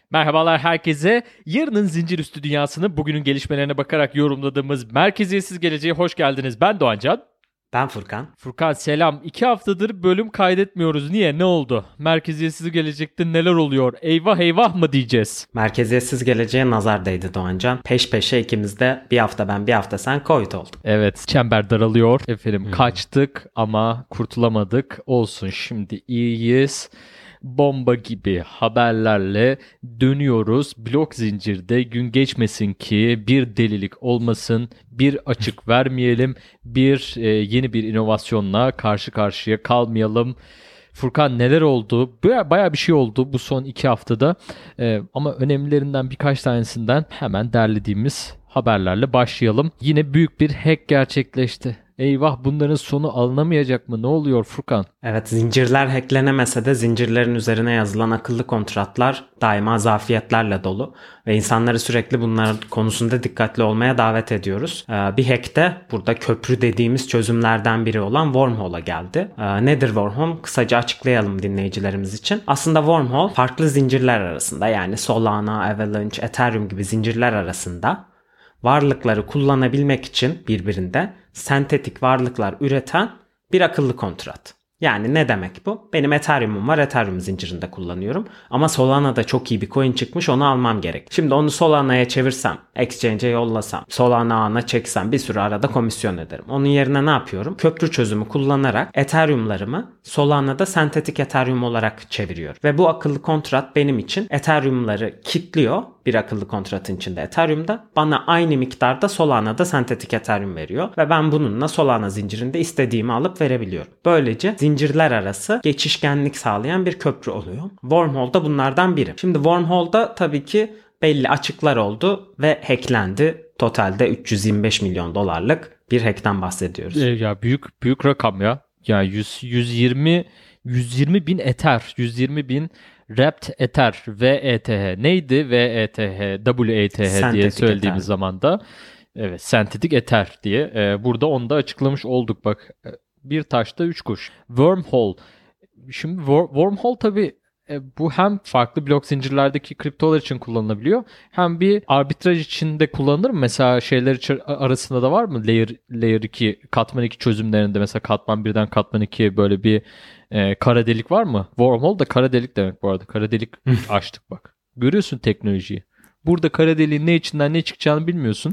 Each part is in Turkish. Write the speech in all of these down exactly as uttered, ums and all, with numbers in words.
Merhabalar herkese. Yarının zincir üstü dünyasını bugünün gelişmelerine bakarak yorumladığımız Merkeziyetsiz Geleceğe hoş geldiniz. Ben Doğancan. Ben Furkan. Furkan selam. İki haftadır bölüm kaydetmiyoruz. Niye? Ne oldu? Merkeziyetsiz Gelecek'te neler oluyor? Eyvah eyvah mı diyeceğiz? Merkeziyetsiz Geleceğe nazar değdi Doğancan. Peş peşe ikimiz de bir hafta ben bir hafta sen Covid olduk. Evet, çember daralıyor. Efendim hmm. kaçtık ama kurtulamadık. Olsun, şimdi iyiyiz. Bomba gibi haberlerle dönüyoruz. Blok zincirde gün geçmesin ki bir delilik olmasın, bir açık vermeyelim, bir e, yeni bir inovasyonla karşı karşıya kalmayalım. Furkan neler oldu? Baya, baya bir şey oldu bu son iki haftada e, ama önemlilerinden birkaç tanesinden hemen derlediğimiz haberlerle başlayalım. Yine büyük bir hack gerçekleşti. Eyvah, bunların sonu alınamayacak mı? Ne oluyor Furkan? Evet, zincirler hacklenemese de zincirlerin üzerine yazılan akıllı kontratlar daima zafiyetlerle dolu ve insanları sürekli bunlar konusunda dikkatli olmaya davet ediyoruz. Ee, bir hack de burada köprü dediğimiz çözümlerden biri olan Wormhole'a geldi. Ee, nedir Wormhole? Kısaca açıklayalım dinleyicilerimiz için. Aslında Wormhole farklı zincirler arasında, yani Solana, Avalanche, Ethereum gibi zincirler arasında varlıkları kullanabilmek için birbirinde sentetik varlıklar üreten bir akıllı kontrat. Yani ne demek bu? Benim Ethereum'um var, Ethereum zincirinde kullanıyorum. Ama Solana'da çok iyi bir coin çıkmış, onu almam gerek. Şimdi onu Solana'ya çevirsem, exchange'e yollasam, Solana ağına çeksem bir sürü arada komisyon ederim. Onun yerine ne yapıyorum? Köprü çözümü kullanarak Ethereum'larımı Solana'da sentetik Ethereum olarak çeviriyorum. Ve bu akıllı kontrat benim için Ethereum'ları kilitliyor. Bir akıllı kontratın içinde Ethereum'da bana aynı miktarda Solana'da sentetik Ethereum veriyor ve ben bununla Solana zincirinde istediğimi alıp verebiliyorum. Böylece zincirler arası geçişkenlik sağlayan bir köprü oluyor. Wormhole da bunlardan biri. Şimdi Wormhole'da tabii ki belli açıklar oldu ve hacklendi. Totalde üç yüz yirmi beş milyon dolarlık bir hackten bahsediyoruz. E ya büyük büyük rakam ya. Ya yüz yüz yirmi yüz yirmi bin Ether, yüz yirmi bin Wrapped Ether, V E T H neydi? V E T H, W E T H sentetik diye söylediğimiz Ether. Zaman da evet, sentetik Ether diye e, burada onu da açıklamış olduk bak. Bir taşta üç kuş. Wormhole. Şimdi wor- Wormhole tabii e, bu hem farklı blok zincirlerdeki kriptolar için kullanılabiliyor, hem bir arbitraj için de kullanılır mı? Mesela şeyler için arasında da var mı? Layer, layer iki, katman iki çözümlerinde mesela katman birden katman ikiye böyle bir e, kara delik var mı? Wormhole da kara delik demek bu arada. Kara delik açtık bak. Görüyorsun teknolojiyi. Burada kara deliğin ne içinden ne çıkacağını bilmiyorsun.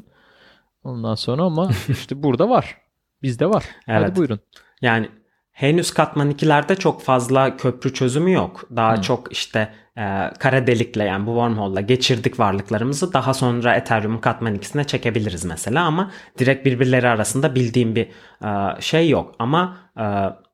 Ondan sonra ama işte burada var. Bizde var. Evet. Hadi buyurun. Yani henüz katman ikilerde çok fazla köprü çözümü yok. Daha hmm. çok işte e, kara delikle, yani bu wormhole'la geçirdik varlıklarımızı, daha sonra Ethereum'un katman ikisine çekebiliriz mesela, ama direkt birbirleri arasında bildiğim bir e, şey yok. Ama e,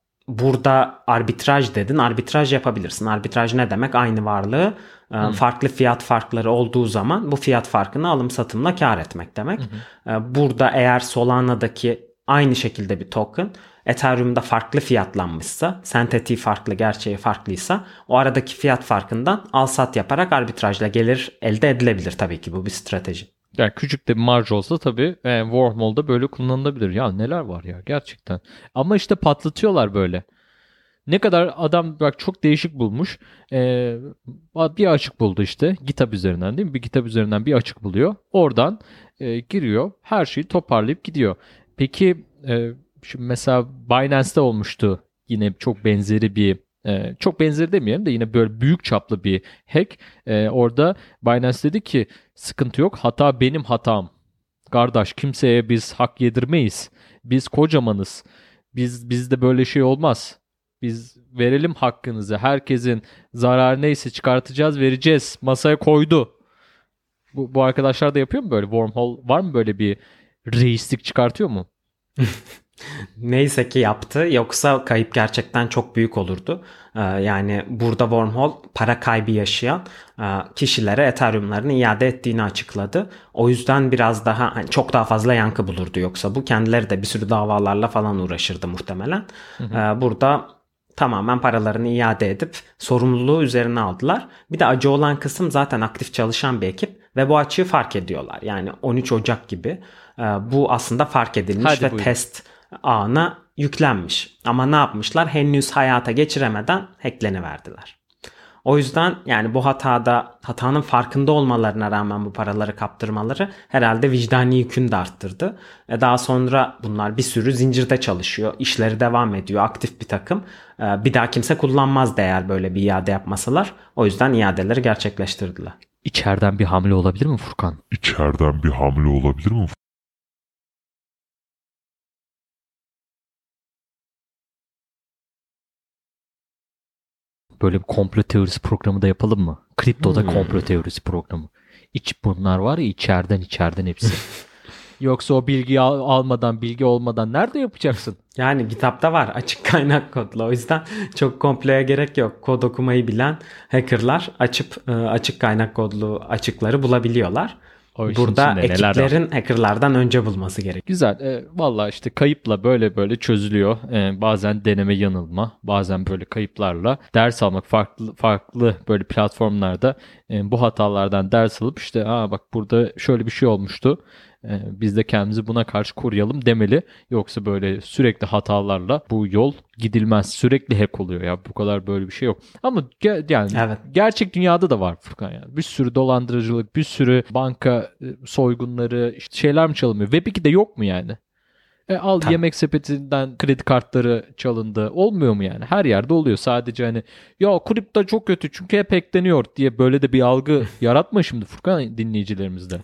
burada arbitraj dedin. Arbitraj yapabilirsin. Arbitraj ne demek? Aynı varlığı hmm. farklı fiyat farkları olduğu zaman bu fiyat farkını alım satımla kar etmek demek. Hmm. Burada eğer Solana'daki aynı şekilde bir token Ethereum'da farklı fiyatlanmışsa, sentetiği farklı, gerçeği farklıysa, o aradaki fiyat farkından al sat yaparak arbitrajla gelir elde edilebilir. Tabii ki bu bir strateji. Yani küçük de bir marj olsa tabii e, Wormhole'da böyle kullanılabilir. Ya neler var ya gerçekten. Ama işte patlatıyorlar böyle. Ne kadar adam bak çok değişik bulmuş. Ee, bir açık buldu işte. GitHub üzerinden değil mi? Bir GitHub üzerinden bir açık buluyor. Oradan e, giriyor. Her şeyi toparlayıp gidiyor. Peki e, şimdi mesela Binance'te olmuştu. Yine çok benzeri bir e, çok benzeri demeyelim de yine böyle büyük çaplı bir hack. E, orada Binance dedi ki sıkıntı yok. Hata benim hatam. Kardeş, kimseye biz hak yedirmeyiz. Biz kocamanız. Biz bizde böyle şey olmaz. Biz verelim hakkınızı. Herkesin zararı neyse çıkartacağız, vereceğiz. Masaya koydu. Bu, bu arkadaşlar da yapıyor mu böyle? Wormhole var mı böyle bir reislik çıkartıyor mu? Neyse ki yaptı. Yoksa kayıp gerçekten çok büyük olurdu. Ee, yani burada Wormhole para kaybı yaşayan e, kişilere Ethereum'larını iade ettiğini açıkladı. O yüzden biraz daha hani çok daha fazla yankı bulurdu, yoksa bu kendileri de bir sürü davalarla falan uğraşırdı muhtemelen. Hı hı. Ee, burada tamamen paralarını iade edip sorumluluğu üzerine aldılar. Bir de acı olan kısım, zaten aktif çalışan bir ekip ve bu açığı fark ediyorlar. Yani on üç Ocak gibi e, bu aslında fark edilmiş. Hadi ve buyurun. Test ağına yüklenmiş. Ama ne yapmışlar? Henüz hayata geçiremeden hackleniverdiler. O yüzden yani bu hatada hatanın farkında olmalarına rağmen bu paraları kaptırmaları herhalde vicdani yükünü de arttırdı. E daha sonra bunlar bir sürü zincirde çalışıyor. İşleri devam ediyor. Aktif bir takım. E bir daha kimse kullanmaz eğer böyle bir iade yapmasalar. O yüzden iadeleri gerçekleştirdiler. İçeriden bir hamle olabilir mi Furkan? İçeriden bir hamle olabilir mi? Böyle bir komplo teorisi programı da yapalım mı? Kriptoda Hmm. komplo teorisi programı. İç bunlar var ya, içeriden içeriden hepsi. Yoksa o bilgiyi al- almadan, bilgi olmadan nerede yapacaksın? Yani kitapta var açık kaynak kodlu. O yüzden çok komploya gerek yok. Kod okumayı bilen hackerlar açıp açık kaynak kodlu açıkları bulabiliyorlar. O işin Burada içinde neler var? ekiplerin hackerlardan önce bulması gerek. Güzel. E, Valla işte kayıpla böyle böyle çözülüyor. E, bazen deneme yanılma, bazen böyle kayıplarla ders almak, farklı farklı böyle platformlarda e, bu hatalardan ders alıp işte aa bak burada şöyle bir şey olmuştu. E, biz de kendimizi buna karşı koruyalım demeli. Yoksa böyle sürekli hatalarla bu yol gidilmez. Sürekli hack oluyor ya. Bu kadar böyle bir şey yok. Ama ge- yani Evet. gerçek dünyada da var Furkan yani. Bir sürü dolandırıcılık, bir sürü banka e, soygunları, işte şeyler mi çalınmıyor? Web ikide yok mu yani? E al Tabii. yemek sepetinden kredi kartları çalındı. Olmuyor mu yani? Her yerde oluyor. Sadece hani ya kripto çok kötü çünkü hep hackleniyor diye böyle de bir algı yaratma şimdi Furkan dinleyicilerimizde.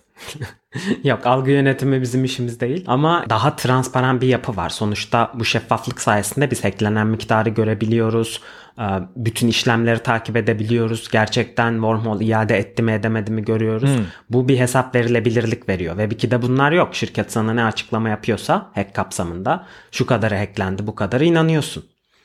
Yok, algı yönetimi bizim işimiz değil ama daha transparan bir yapı var. Sonuçta bu şeffaflık sayesinde biz hacklenen miktarı görebiliyoruz. Bütün işlemleri takip edebiliyoruz. Gerçekten wormhole iade etti mi edemedi mi görüyoruz. Hmm. Bu bir hesap verilebilirlik veriyor. Web ikide bunlar yok. Şirket sana ne açıklama yapıyorsa hack kapsamında şu kadarı hacklendi, bu kadarı inanıyorsun.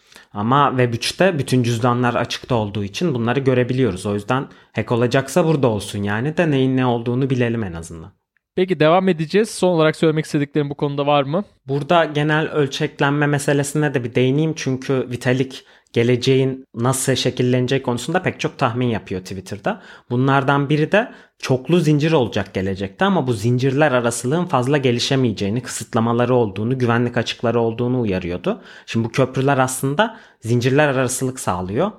Ama Web üçte bütün cüzdanlar açıkta olduğu için bunları görebiliyoruz. O yüzden hack olacaksa burada olsun yani de neyin ne olduğunu bilelim en azından. Peki devam edeceğiz. Son olarak söylemek istediklerim bu konuda var mı? Burada genel ölçeklenme meselesine de bir değineyim. Çünkü Vitalik geleceğin nasıl şekilleneceği konusunda pek çok tahmin yapıyor Twitter'da. Bunlardan biri de çoklu zincir olacak gelecekte ama bu zincirler arasılığın fazla gelişemeyeceğini, kısıtlamaları olduğunu, güvenlik açıkları olduğunu uyarıyordu. Şimdi bu köprüler aslında zincirler arasılık sağlıyor.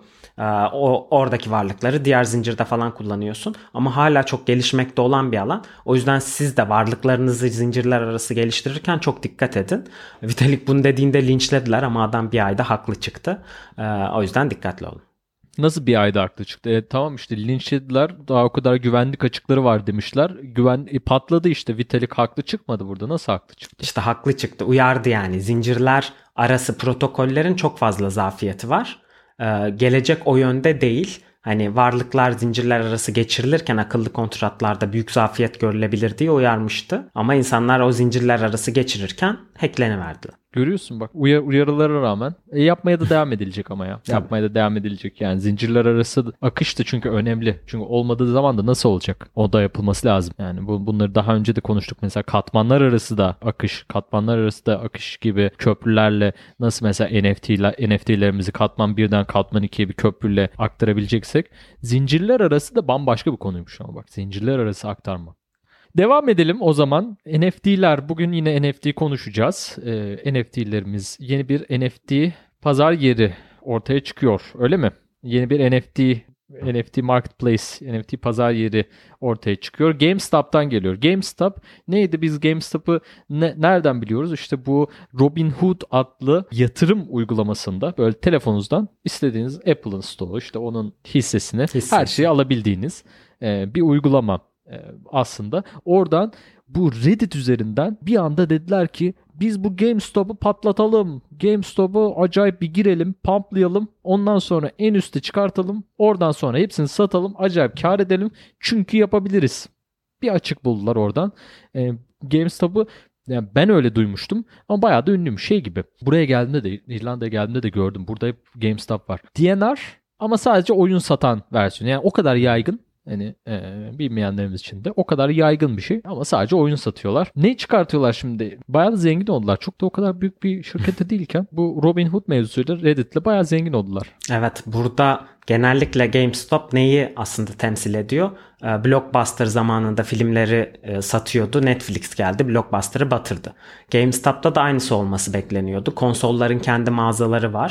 O oradaki varlıkları diğer zincirde falan kullanıyorsun ama hala çok gelişmekte olan bir alan. O yüzden siz de varlıklarınızı zincirler arası geliştirirken çok dikkat edin. Vitalik bunu dediğinde linçlediler ama adam bir ayda haklı çıktı. O yüzden dikkatli olun. Nasıl bir ayda haklı çıktı? E, tamam işte linçlediler. Daha o kadar güvenlik açıkları var demişler. Güven e, patladı işte. Vitalik haklı çıkmadı burada. Nasıl haklı çıktı? İşte haklı çıktı. Uyardı yani. Zincirler arası protokollerin çok fazla zafiyeti var. Ee, gelecek o yönde değil. Hani varlıklar zincirler arası geçirilirken akıllı kontratlarda büyük zafiyet görülebilir diye uyarmıştı. Ama insanlar o zincirler arası geçirirken hackleniverdiler. Görüyorsun bak uyar, uyarılara rağmen e, yapmaya da devam edilecek ama ya. Tabii. Yapmaya da devam edilecek yani zincirler arası akış da çünkü önemli. Çünkü olmadığı zaman da nasıl olacak? O da yapılması lazım. Yani bu, bunları daha önce de konuştuk. Mesela katmanlar arası da akış, katmanlar arası da akış gibi köprülerle nasıl mesela N F T'ler, N F T'lerimizi katman birden katman ikiye bir köprüyle aktarabileceksek zincirler arası da bambaşka bir konuymuş ama bak zincirler arası aktarma. Devam edelim o zaman. N F T'ler. Bugün yine N F T konuşacağız. Ee, N F T'lerimiz yeni bir N F T pazar yeri ortaya çıkıyor. Öyle mi? Yeni bir N F T N F T Marketplace, N F T pazar yeri ortaya çıkıyor. GameStop'tan geliyor. GameStop neydi? Biz GameStop'ı ne, nereden biliyoruz? İşte bu Robinhood adlı yatırım uygulamasında böyle telefonunuzdan istediğiniz Apple'ın store'u işte onun hissesini Hissesi. her şeyi alabildiğiniz e, bir uygulama. Aslında oradan bu Reddit üzerinden bir anda dediler ki biz bu GameStop'u patlatalım. GameStop'u acayip bir girelim, pumplayalım. Ondan sonra en üste çıkartalım. Oradan sonra hepsini satalım. Acayip kar edelim. Çünkü yapabiliriz. Bir açık buldular oradan. E, GameStop'u yani ben öyle duymuştum ama bayağı da ünlüymüş şey gibi. Buraya geldiğimde de İrlanda'ya geldiğimde de gördüm. Burada hep GameStop var. D N R ama sadece oyun satan versiyonu. Yani o kadar yaygın. Hani e, bilmeyenlerimiz için de o kadar yaygın bir şey ama sadece oyun satıyorlar. Ne çıkartıyorlar şimdi? Bayağı da zengin oldular. Çok da o kadar büyük bir şirkette değilken bu Robinhood mevzusuyla Reddit'le bayağı zengin oldular. Evet, burada genellikle GameStop neyi aslında temsil ediyor? Ee, Blockbuster zamanında filmleri e, satıyordu. Netflix geldi, Blockbuster'ı batırdı. GameStop'ta da aynısı olması bekleniyordu. Konsolların kendi mağazaları var.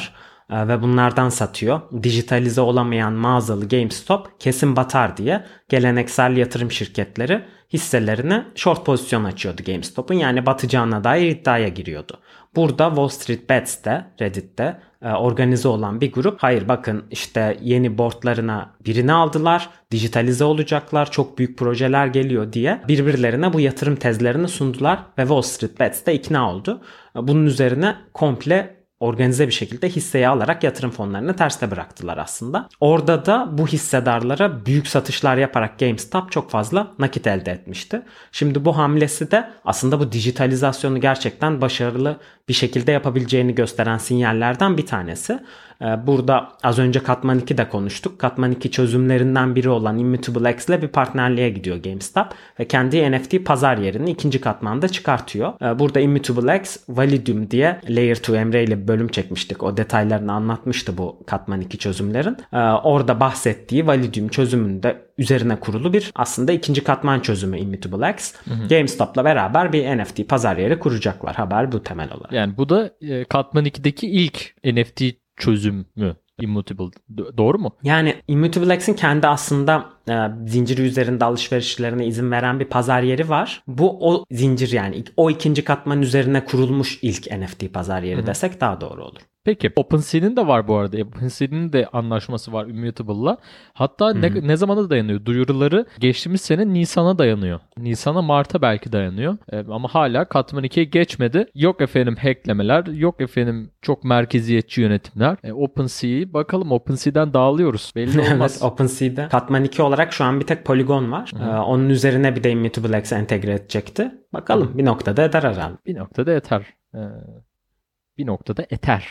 e, ve bunlardan satıyor. Dijitalize olamayan mağazalı GameStop kesin batar diye geleneksel yatırım şirketleri hisselerini short pozisyon açıyordu GameStop'un. Yani batacağına dair iddiaya giriyordu. Burada Wall Street Bets'te, Reddit'te e, organize olan bir grup, hayır bakın işte yeni boardlarına birini aldılar, dijitalize olacaklar, çok büyük projeler geliyor diye birbirlerine bu yatırım tezlerini sundular ve Wall Street Bets de ikna oldu. Bunun üzerine komple organize bir şekilde hisseyi alarak yatırım fonlarını terste bıraktılar aslında. Orada da bu hissedarlara büyük satışlar yaparak GameStop çok fazla nakit elde etmişti. Şimdi bu hamlesi de aslında bu dijitalizasyonu gerçekten başarılı bir şekilde yapabileceğini gösteren sinyallerden bir tanesi. Burada az önce Katman iki de konuştuk. Katman iki çözümlerinden biri olan Immutable X ile bir partnerliğe gidiyor GameStop ve kendi N F T pazar yerini ikinci katmanda çıkartıyor. Burada Immutable X, Validium diye Layer iki Emre ile bir bölüm çekmiştik. O detaylarını anlatmıştı bu Katman iki çözümlerin. Orada bahsettiği Validium çözümünde üzerine kurulu bir aslında ikinci katman çözümü Immutable X. Hı hı. GameStop'la beraber bir N F T pazar yeri kuracaklar. Haber bu temel olarak. Yani bu da e, Katman ikideki ilk N F T çözüm mü? Immutable. Doğru mu? Yani Immutable X'in kendi aslında e, zinciri üzerinde alışverişlerine izin veren bir pazar yeri var. Bu o zincir, yani o ikinci katmanın üzerine kurulmuş ilk N F T pazar yeri, hı-hı, desek daha doğru olur. Peki OpenSea'nin de var bu arada. OpenSea'nin de anlaşması var Immutable'la. Hatta ne, ne zamana dayanıyor? Duyuruları geçtiğimiz sene Nisan'a dayanıyor. Nisan'a, Mart'a belki dayanıyor. Ee, ama hala Katman ikiye geçmedi. Yok efendim hacklemeler, yok efendim çok merkeziyetçi yönetimler. Ee, OpenSea'yi bakalım, OpenSea'den dağılıyoruz. Belli olmaz. Evet, OpenSea'de Katman iki olarak şu an bir tek Polygon var. Ee, onun üzerine bir de Immutable X'e entegre edecekti. Bakalım, Hı-hı, bir noktada eder herhalde. Bir noktada yeter. Ee, bir noktada eter.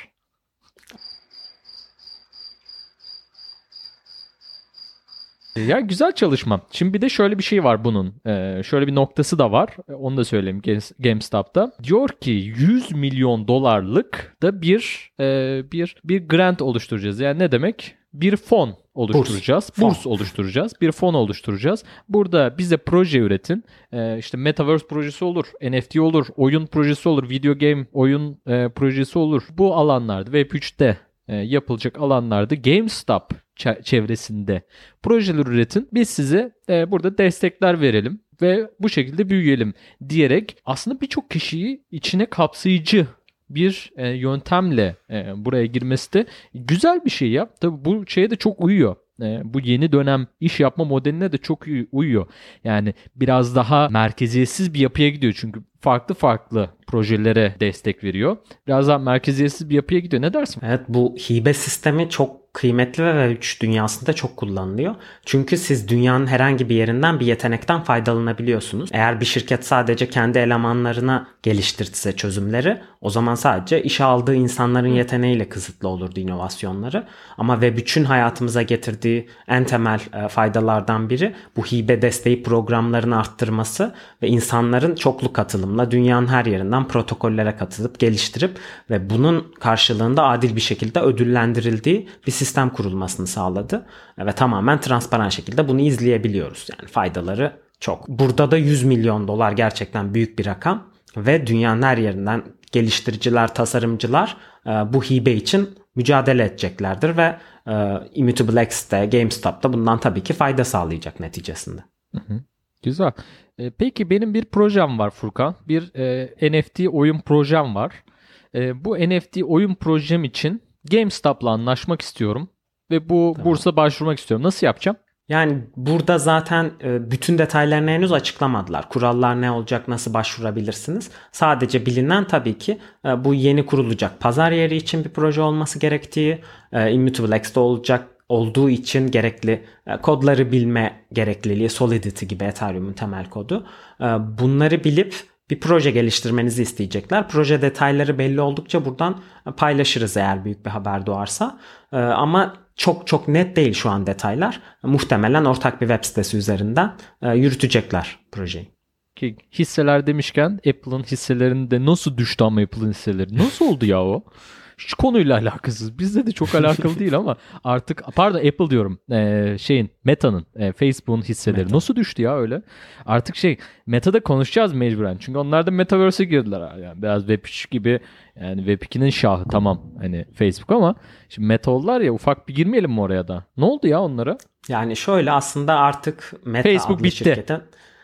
Ya güzel çalışma. Şimdi bir de şöyle bir şey var bunun. Ee, şöyle bir noktası da var. Onu da söyleyeyim GameStop'ta. Diyor ki yüz milyon dolarlık da bir e, bir bir grant oluşturacağız. Yani ne demek? Bir fon oluşturacağız. Burs, Burs oluşturacağız. Bir fon oluşturacağız. Burada bize proje üretin. Ee, işte Metaverse projesi olur. N F T olur. Oyun projesi olur. Video game oyun e, projesi olur. Bu alanlarda Web üçte e, yapılacak alanlarda GameStop çevresinde projeler üretin. Biz size e, burada destekler verelim ve bu şekilde büyüyelim diyerek aslında birçok kişiyi içine kapsayıcı bir e, yöntemle e, buraya girmesi de güzel bir şey ya. Tabii bu şeye de çok uyuyor. E, bu yeni dönem iş yapma modeline de çok uyuyor. Yani biraz daha merkeziyetsiz bir yapıya gidiyor çünkü farklı farklı projelere destek veriyor. Biraz daha merkeziyetsiz bir yapıya gidiyor. Ne dersin? Evet, bu hibe sistemi çok kıymetli ve Web üç dünyasında çok kullanılıyor. Çünkü siz dünyanın herhangi bir yerinden bir yetenekten faydalanabiliyorsunuz. Eğer bir şirket sadece kendi elemanlarına geliştirse çözümleri, o zaman sadece işe aldığı insanların yeteneğiyle kısıtlı olurdu inovasyonları. Ama Web üçün hayatımıza getirdiği en temel faydalardan biri bu hibe desteği programlarını arttırması ve insanların çoklu katılımla dünyanın her yerinden protokollere katılıp geliştirip ve bunun karşılığında adil bir şekilde ödüllendirildiği bir sistem kurulmasını sağladı. Ve tamamen transparan şekilde bunu izleyebiliyoruz. Yani faydaları çok. Burada da yüz milyon dolar gerçekten büyük bir rakam ve dünyanın her yerinden geliştiriciler, tasarımcılar bu hibe için mücadele edeceklerdir ve Immutable X'te, GameStop'ta bundan tabii ki fayda sağlayacak neticesinde. Hı hı. Güzel. E, peki benim bir projem var Furkan. Bir e, N F T oyun projem var. E, bu N F T oyun projem için GameStop'la anlaşmak istiyorum ve bu tamam. bursa başvurmak istiyorum. Nasıl yapacağım? Yani burada zaten bütün detaylarını henüz açıklamadılar. Kurallar ne olacak, nasıl başvurabilirsiniz? Sadece bilinen tabii ki bu yeni kurulacak pazar yeri için bir proje olması gerektiği, Immutable X'te olacak olduğu için gerekli kodları bilme gerekliliği, Solidity gibi Ethereum'un temel kodu. Bunları bilip bir proje geliştirmenizi isteyecekler. Proje detayları belli oldukça buradan paylaşırız eğer büyük bir haber doğarsa. Ama çok çok net değil şu an detaylar. Muhtemelen ortak bir web sitesi üzerinden yürütecekler projeyi. Ki hisseler demişken Apple'ın hisselerinde nasıl düştü ama Apple'ın hisseleri? Nasıl oldu ya o? hiç konuyla alakasız. Bizde de çok alakalı değil ama artık pardon Apple diyorum. Ee, şeyin Meta'nın e, Facebook'un hisseleri Meta. nasıl düştü ya öyle? Artık şey Meta'da konuşacağız mecburen. Çünkü onlar da Metaverse'e girdiler. Yani biraz Web üç gibi yani Web ikinin şahı tamam hani Facebook ama şimdi Meta oldular ya ufak bir girmeyelim mi oraya da? Ne oldu ya onlara? Yani şöyle aslında artık Meta Facebook adlı bitti. şirketin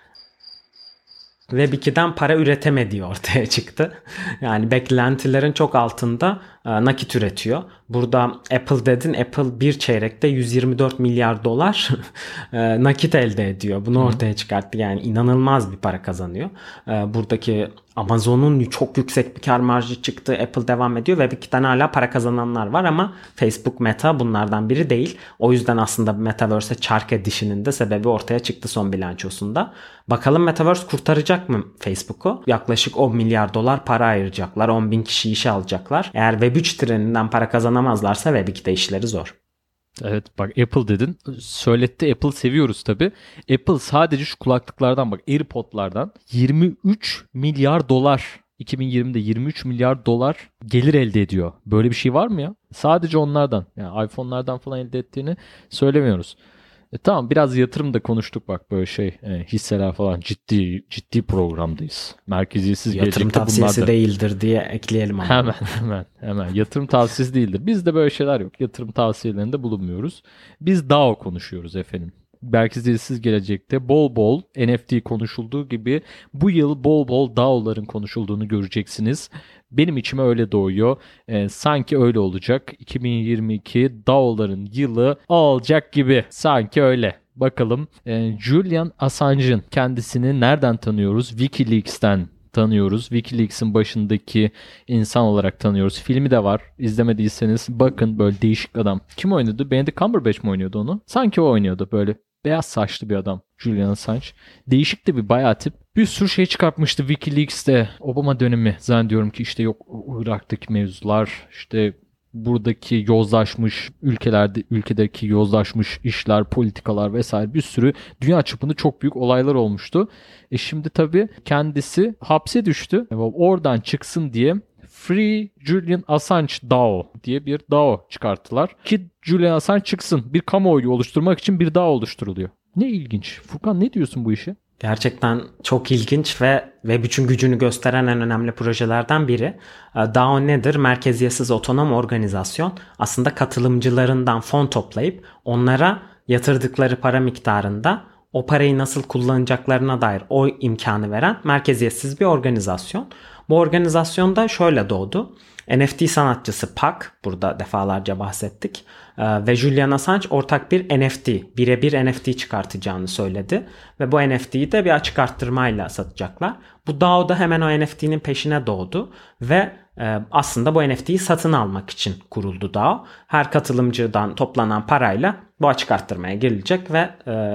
Web ikiden para üretemediği ortaya çıktı. Yani beklentilerin çok altında e, nakit üretiyor. Burada Apple dedin. Apple bir çeyrekte yüz yirmi dört milyar dolar e, nakit elde ediyor. Bunu ortaya çıkarttı. Yani inanılmaz bir para kazanıyor. E, buradaki Amazon'un çok yüksek bir kar marjı çıktı. Apple devam ediyor ve bir iki tane hala para kazananlar var ama Facebook, Meta bunlardan biri değil. O yüzden aslında Metaverse'e çark edişinin de sebebi ortaya çıktı son bilançosunda. Bakalım Metaverse kurtaracak mı Facebook'u? Yaklaşık on milyar dolar para ayıracaklar. on bin kişi işe alacaklar. Eğer Web üç treninden para kazanamazlarsa Web ikide işleri zor. Evet bak Apple dedin. Söyletti Apple seviyoruz tabii. Apple sadece şu kulaklıklardan bak AirPod'lardan yirmi üç milyar dolar iki bin yirmide yirmi üç milyar dolar gelir elde ediyor. Böyle bir şey var mı ya? Sadece onlardan yani iPhone'lardan falan elde ettiğini söylemiyoruz. E tamam biraz yatırım da konuştuk bak böyle şey e, hisseler falan ciddi ciddi programdayız. Merkeziyetsiz Yatırım gelecekte tavsiyesi bunlar da... değildir diye ekleyelim ama. Hemen hemen hemen yatırım tavsiyesi değildir. Bizde böyle şeyler yok. Yatırım tavsiyelerinde bulunmuyoruz. Biz D A O konuşuyoruz efendim. Merkeziyetsiz gelecekte bol bol N F T konuşulduğu gibi bu yıl bol bol D A O'ların konuşulduğunu göreceksiniz. Benim içime öyle doğuyor. Ee, sanki öyle olacak. iki bin yirmi iki D A O'ların yılı olacak gibi. Sanki öyle. Bakalım. Ee, Julian Assange'ın kendisini nereden tanıyoruz? WikiLeaks'ten tanıyoruz. WikiLeaks'in başındaki insan olarak tanıyoruz. Filmi de var. İzlemediyseniz bakın böyle değişik adam. Kim oynadı? Benedict Cumberbatch mi oynuyordu onu? Sanki o oynuyordu böyle. Beyaz saçlı bir adam. Julian Assange. Değişik de bir bayağı tip. Bir sürü şey çıkartmıştı WikiLeaks'te. Obama dönemi zannediyorum ki işte yok Irak'taki mevzular, işte buradaki yozlaşmış ülkelerde ülkedeki yozlaşmış işler, politikalar vesaire bir sürü dünya çapında çok büyük olaylar olmuştu. E şimdi tabii kendisi hapse düştü. Oradan çıksın diye Free Julian Assange D A O diye bir D A O çıkarttılar. Ki Julian Assange çıksın. Bir kamuoyu oluşturmak için bir D A O oluşturuluyor. Ne ilginç. Furkan ne diyorsun bu işe? Gerçekten çok ilginç ve Web üçün gücünü gösteren en önemli projelerden biri. D A O nedir? Merkeziyetsiz otonom organizasyon. Aslında katılımcılarından fon toplayıp onlara yatırdıkları para miktarında o parayı nasıl kullanacaklarına dair o imkanı veren merkeziyetsiz bir organizasyon. Bu organizasyonda şöyle doğdu. N F T sanatçısı Pak, burada defalarca bahsettik, ve Julian Assange ortak bir N F T, birebir N F T çıkartacağını söyledi. Ve bu N F T'yi de bir açık arttırmayla satacaklar. Bu D A O da hemen o N F T'nin peşine doğdu ve aslında bu N F T'yi satın almak için kuruldu D A O. Her katılımcıdan toplanan parayla bu açık arttırmaya girilecek ve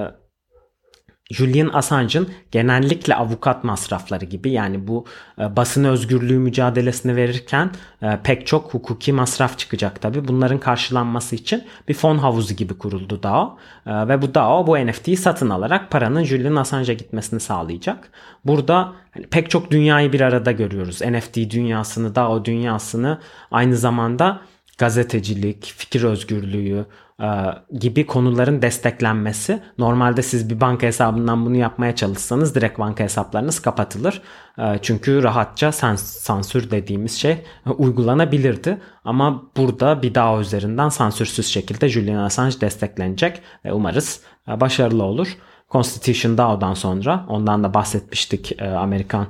Julian Assange'ın genellikle avukat masrafları gibi, yani bu e, basın özgürlüğü mücadelesini verirken e, pek çok hukuki masraf çıkacak tabii. Bunların karşılanması için bir fon havuzu gibi kuruldu D A O. E, ve bu D A O bu N F T'yi satın alarak paranın Julian Assange'a gitmesini sağlayacak. Burada hani, pek çok dünyayı bir arada görüyoruz. N F T dünyasını, D A O dünyasını, aynı zamanda gazetecilik, fikir özgürlüğü gibi konuların desteklenmesi. Normalde siz bir banka hesabından bunu yapmaya çalışsanız direkt banka hesaplarınız kapatılır. Çünkü rahatça sansür dediğimiz şey uygulanabilirdi. Ama burada bir D A O üzerinden sansürsüz şekilde Julian Assange desteklenecek ve umarız başarılı olur. Constitution D A O'dan sonra, ondan da bahsetmiştik, Amerikan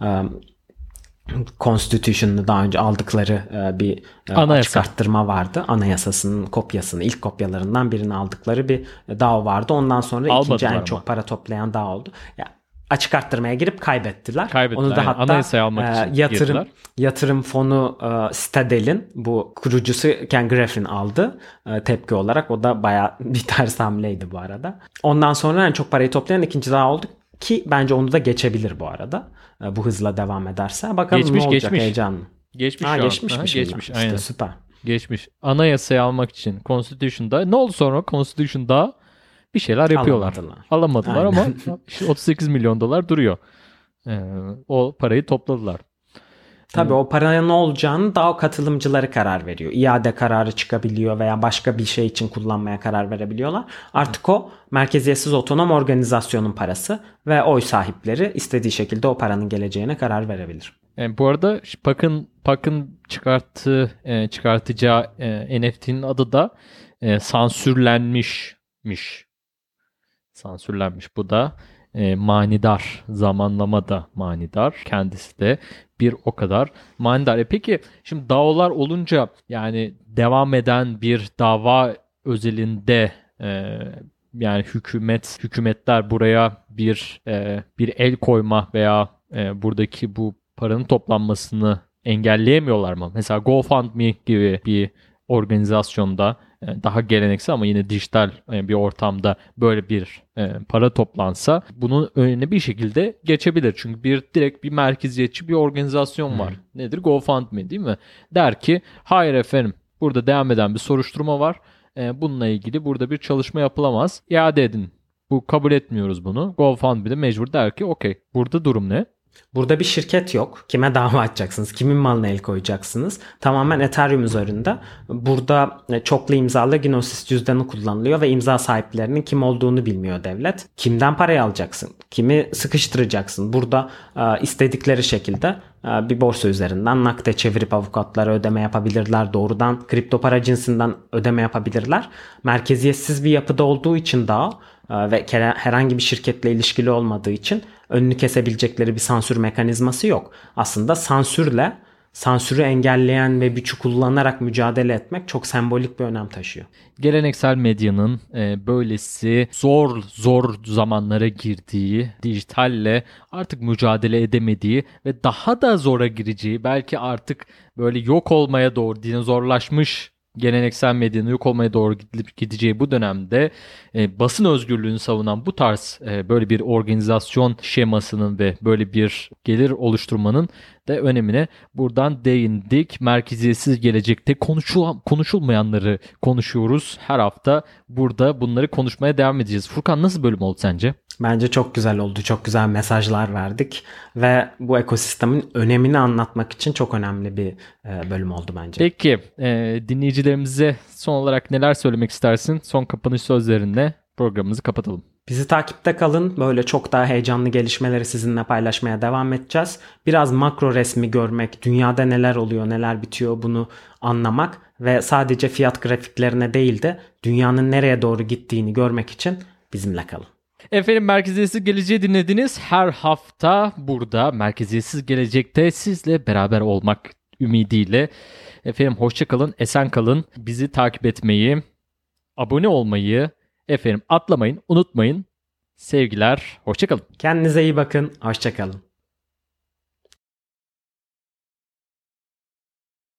Constitution'ı daha önce aldıkları bir Anayasa. açık arttırma vardı. Anayasasının kopyasını, ilk kopyalarından birini aldıkları bir D A O vardı. Ondan sonra Almadılar ikinci en ama. çok para toplayan D A O oldu. Ya, açık arttırmaya girip kaybettiler. Kaybettiler. Onu da Yani hatta anayasayı almak için yatırım girdiler. yatırım fonu Stadel'in bu kurucusu Ken Griffin aldı tepki olarak. O da bayağı bir ters hamleydi bu arada. Ondan sonra en çok parayı toplayan ikinci D A O oldu. Ki bence onu da geçebilir bu arada. Bu hızla devam ederse. Bakalım Geçmiş, ne olacak, geçmiş. heyecanlı. Geçmiş Ha, şu an. geçmiş Aha, mi şimdi? geçmiş, İşte aynen. süper. Geçmiş. Anayasayı almak için Constitution'da. Ne oldu sonra? Constitution'da bir şeyler yapıyorlar. Alamadılar. Alamadılar Aynen. ama işte otuz sekiz milyon dolar duruyor. Ee, o parayı topladılar. Tabii o paraya ne olacağını daha o katılımcıları karar veriyor. İade kararı çıkabiliyor veya başka bir şey için kullanmaya karar verebiliyorlar. Artık o merkeziyetsiz otonom organizasyonun parası ve oy sahipleri istediği şekilde o paranın geleceğine karar verebilir. E, bu arada Puck'ın Puck'ın çıkarttığı e, çıkartacağı e, N F T'nin adı da e, sansürlenmişmiş. Sansürlenmiş. Bu da e, manidar. Zamanlama da manidar. Kendisi de bir o kadar manidar. E peki şimdi davalar olunca yani devam eden bir dava özelinde e, yani hükümet hükümetler buraya bir e, bir el koyma veya e, buradaki bu paranın toplanmasını engelleyemiyorlar mı? Mesela GoFundMe gibi bir organizasyonda daha geleneksel ama yine dijital bir ortamda böyle bir para toplansa bunun önüne bir şekilde geçebilir. Çünkü bir direkt bir merkeziyetçi bir organizasyon var. Hmm. Nedir? GoFundMe değil mi? Der ki hayır efendim burada devam eden bir soruşturma var. Bununla ilgili burada bir çalışma yapılamaz. İade edin. Bu kabul etmiyoruz bunu. GoFundMe de mecbur der ki okey. Burada durum ne? Burada bir şirket yok. Kime dava açacaksınız? Kimin malına el koyacaksınız? Tamamen Ethereum üzerinde. Burada çoklu imzalı Gnosis cüzdanı kullanılıyor ve imza sahiplerinin kim olduğunu bilmiyor devlet. Kimden parayı alacaksın? Kimi sıkıştıracaksın? Burada istedikleri şekilde bir borsa üzerinden nakde çevirip avukatlara ödeme yapabilirler. Doğrudan kripto para cinsinden ödeme yapabilirler. Merkeziyetsiz bir yapıda olduğu için daha ve herhangi bir şirketle ilişkili olmadığı için önünü kesebilecekleri bir sansür mekanizması yok. Aslında sansürle, sansürü engelleyen ve gücü kullanarak mücadele etmek çok sembolik bir önem taşıyor. Geleneksel medyanın e, böylesi zor zor zamanlara girdiği, dijitalle artık mücadele edemediği ve daha da zora gireceği, belki artık böyle yok olmaya doğru dinozorlaşmış geleneksel medyanın yok olmaya doğru gideceği bu dönemde e, basın özgürlüğünü savunan bu tarz e, böyle bir organizasyon şemasının ve böyle bir gelir oluşturmanın da önemine buradan değindik. Merkeziyetsiz gelecekte konuşul konuşulmayanları konuşuyoruz. Her hafta burada bunları konuşmaya devam edeceğiz. Furkan nasıl bölüm oldu sence? Bence çok güzel oldu. Çok güzel mesajlar verdik ve bu ekosistemin önemini anlatmak için çok önemli bir bölüm oldu bence. Peki e, dinleyicilerimize son olarak neler söylemek istersin? Son kapanış sözlerinle programımızı kapatalım. Bizi takipte kalın. Böyle çok daha heyecanlı gelişmeleri sizinle paylaşmaya devam edeceğiz. Biraz makro resmi görmek, dünyada neler oluyor, neler bitiyor bunu anlamak ve sadece fiyat grafiklerine değil de dünyanın nereye doğru gittiğini görmek için bizimle kalın. Efendim Merkeziyetsiz Geleceği dinlediniz. Her hafta burada Merkeziyetsiz Gelecek'te sizle beraber olmak ümidiyle. Efendim hoşça kalın, esen kalın. Bizi takip etmeyi, abone olmayı efendim atlamayın, unutmayın. Sevgiler, hoşça kalın. Kendinize iyi bakın, hoşça kalın.